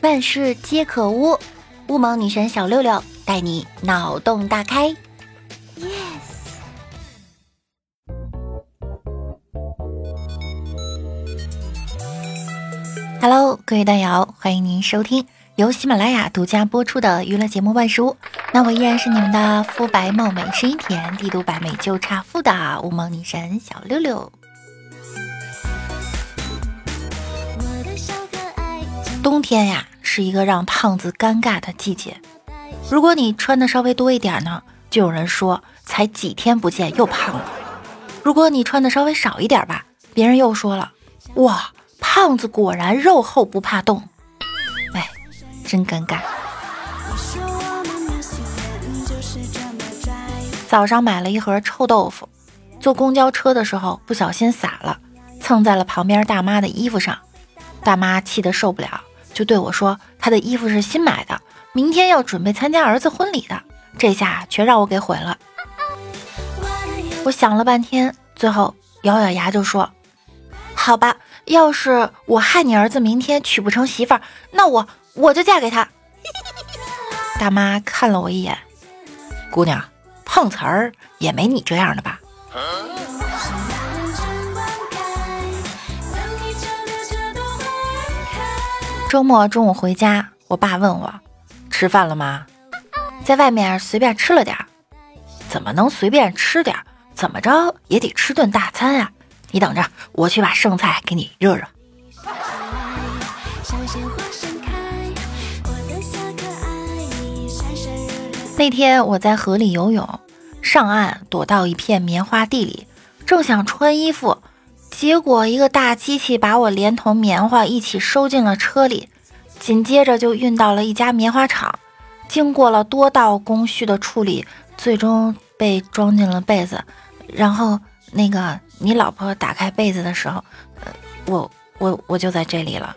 万事皆可污，乌蒙女神小六六带你脑洞大开。 Yes。 Hello， 各位大瑶，欢迎您收听由喜马拉雅独家播出的娱乐节目万事屋。那我依然是你们的肤白貌美声音甜帝都百美就差富的乌蒙女神小六六。冬天呀，是一个让胖子尴尬的季节。如果你穿的稍微多一点呢，就有人说才几天不见又胖了。如果你穿的稍微少一点吧，别人又说了，哇，胖子果然肉厚不怕冻。哎，真尴尬。早上买了一盒臭豆腐，坐公交车的时候不小心洒了，蹭在了旁边大妈的衣服上。大妈气得受不了，就对我说她的衣服是新买的，明天要准备参加儿子婚礼的，这下全让我给毁了。我想了半天，最后咬咬牙就说，好吧，要是我害你儿子明天娶不成媳妇儿，那我就嫁给他。大妈看了我一眼，姑娘，碰瓷儿也没你这样的吧。周末中午回家，我爸问我吃饭了吗？在外面随便吃了点。怎么能随便吃点？怎么着也得吃顿大餐啊！你等着，我去把剩菜给你热热。那天我在河里游泳，上岸躲到一片棉花地里，正想穿衣服，结果一个大机器把我连同棉花一起收进了车里，紧接着就运到了一家棉花厂，经过了多道工序的处理，最终被装进了被子。然后你老婆打开被子的时候，我就在这里了。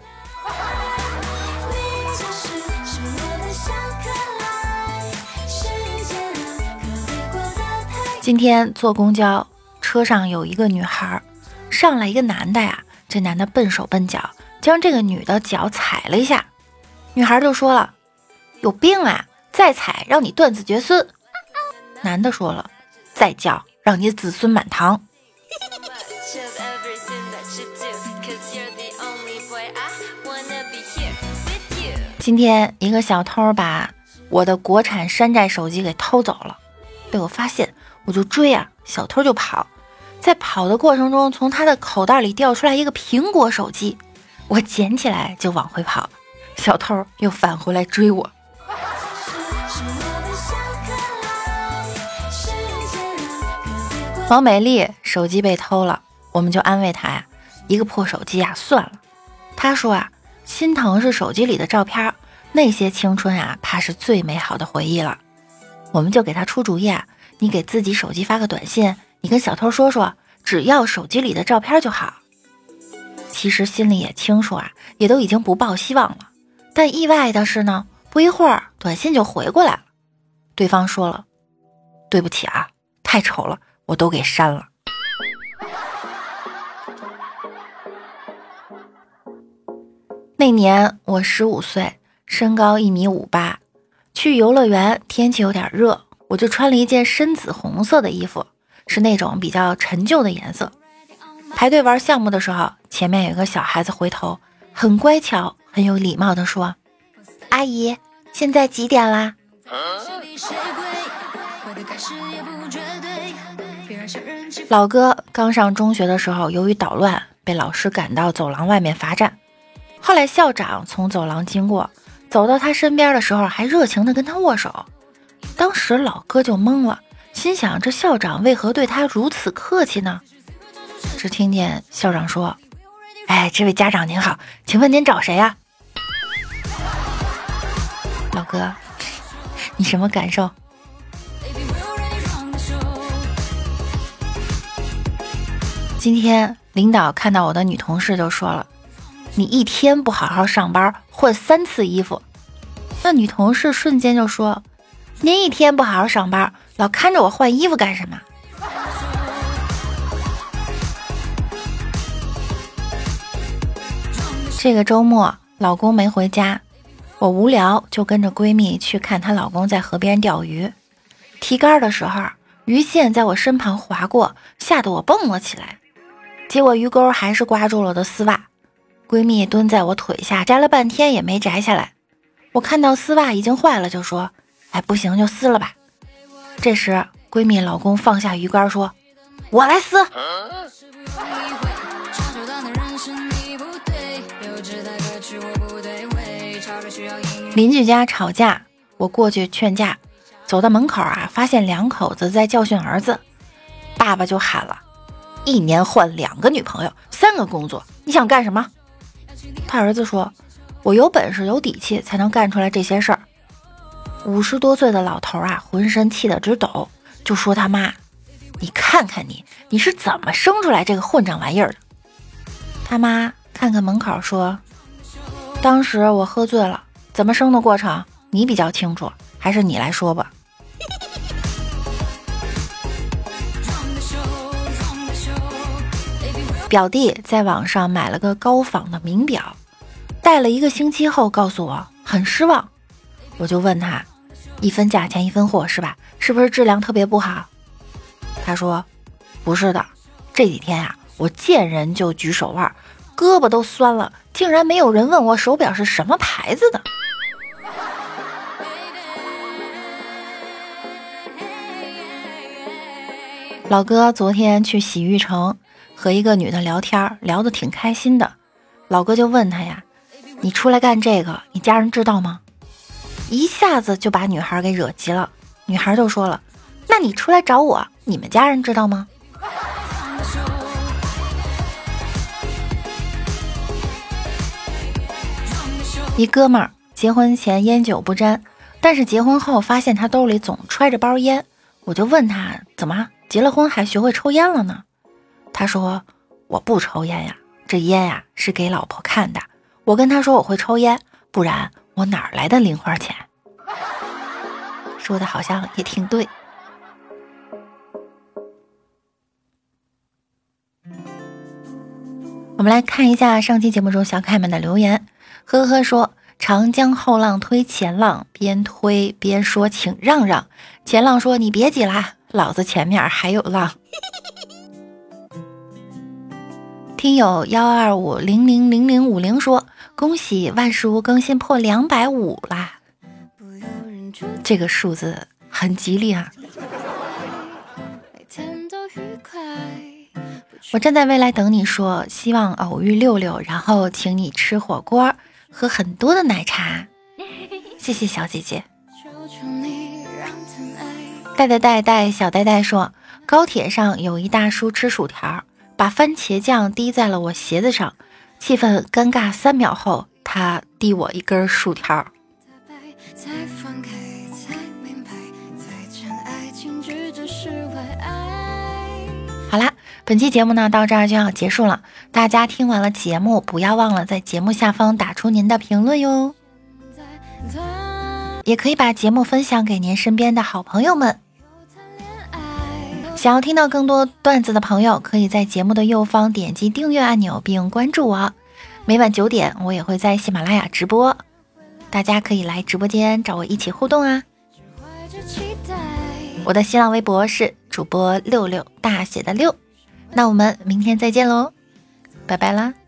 今天坐公交，车上有一个女孩，上来一个男的呀，这男的笨手笨脚，将这个女的脚踩了一下。女孩就说了，有病啊，再踩让你断子绝孙。男的说了，再叫让你子孙满堂。今天一个小偷把我的国产山寨手机给偷走了，被我发现，我就追啊，小偷就跑，在跑的过程中，从他的口袋里掉出来一个苹果手机，我捡起来就往回跑，小偷又返回来追我。王美丽手机被偷了，我们就安慰她呀，一个破手机啊，算了。她说啊，心疼是手机里的照片，那些青春啊，怕是最美好的回忆了。我们就给她出主意啊，你给自己手机发个短信，你跟小偷说说，只要手机里的照片就好。其实心里也清楚啊，也都已经不抱希望了。但意外的是呢，不一会儿短信就回过来了，对方说了，对不起啊，太丑了，我都给删了。那年我15岁，身高1.58米，去游乐园，天气有点热，我就穿了一件深紫红色的衣服，是那种比较陈旧的颜色。排队玩项目的时候，前面有个小孩子回头，很乖巧很有礼貌地说，阿姨，现在几点啦？老哥刚上中学的时候，由于捣乱被老师赶到走廊外面罚站，后来校长从走廊经过，走到他身边的时候还热情地跟他握手。当时老哥就懵了，心想这校长为何对他如此客气呢？只听见校长说，哎，这位家长您好，请问您找谁呀？老哥，你什么感受？今天领导看到我的女同事就说了，你一天不好好上班，换3次衣服。那女同事瞬间就说，您一天不好好上班，老看着我换衣服干什么？这个周末老公没回家， 我无聊就跟着闺蜜去看她老公在河边钓鱼，提竿的时候，鱼线在我身旁划过，吓得我蹦了起来。结果鱼钩还是刮住了我的丝袜，闺蜜蹲在我腿下摘了半天也没摘下来。我看到丝袜已经坏了，就说：“哎，不行就撕了吧。”这时闺蜜老公放下鱼竿说：“我来撕。”邻居家吵架，我过去劝架，走到门口发现两口子在教训儿子。爸爸就喊了：“1年换2个女朋友，3个工作，你想干什么？”他儿子说：“我有本事有底气才能干出来这些事儿。”50多岁的老头浑身气得直抖，就说他妈：“你看看你是怎么生出来这个混账玩意儿的？”他妈看看门口说：“当时我喝醉了，怎么生的过程你比较清楚，还是你来说吧。”表弟在网上买了个高仿的名表，戴了1个星期后告诉我很失望。我就问他，1分价钱1分货是吧？是不是质量特别不好？他说不是的，这几天我见人就举手腕，胳膊都酸了，竟然没有人问我手表是什么牌子的。老哥昨天去洗浴城，和一个女的聊天，聊得挺开心的。老哥就问他呀：“你出来干这个，你家人知道吗？”一下子就把女孩给惹急了。女孩就说了：“那你出来找我，你们家人知道吗？”一哥们儿结婚前烟酒不沾，但是结婚后发现他兜里总揣着包烟。我就问他，怎么结了婚还学会抽烟了呢？他说：“我不抽烟呀，这烟呀是给老婆看的。我跟他说我会抽烟，不然我哪来的零花钱？”说的好像也挺对。我们来看一下上期节目中小可爱们的留言。呵呵说：“长江后浪推前浪，边推边说请让让。前浪说你别挤啦，老子前面还有浪。”听友125000050说：“恭喜万事屋更新破250啦！”这个数字很吉利啊！我站在未来等你说，希望偶遇66，然后请你吃火锅，喝很多的奶茶。谢谢小姐姐。带小呆呆说，高铁上有一大叔吃薯条，把番茄酱滴在了我鞋子上，气氛尴尬3秒后，他递我一根薯条。好啦，本期节目呢到这儿就要结束了。大家听完了节目，不要忘了在节目下方打出您的评论哟，也可以把节目分享给您身边的好朋友们。想要听到更多段子的朋友，可以在节目的右方点击订阅按钮并关注我。每晚9点，我也会在喜马拉雅直播，大家可以来直播间找我一起互动啊。我的新浪微博是主播66大写的6。那我们明天再见喽，拜拜啦。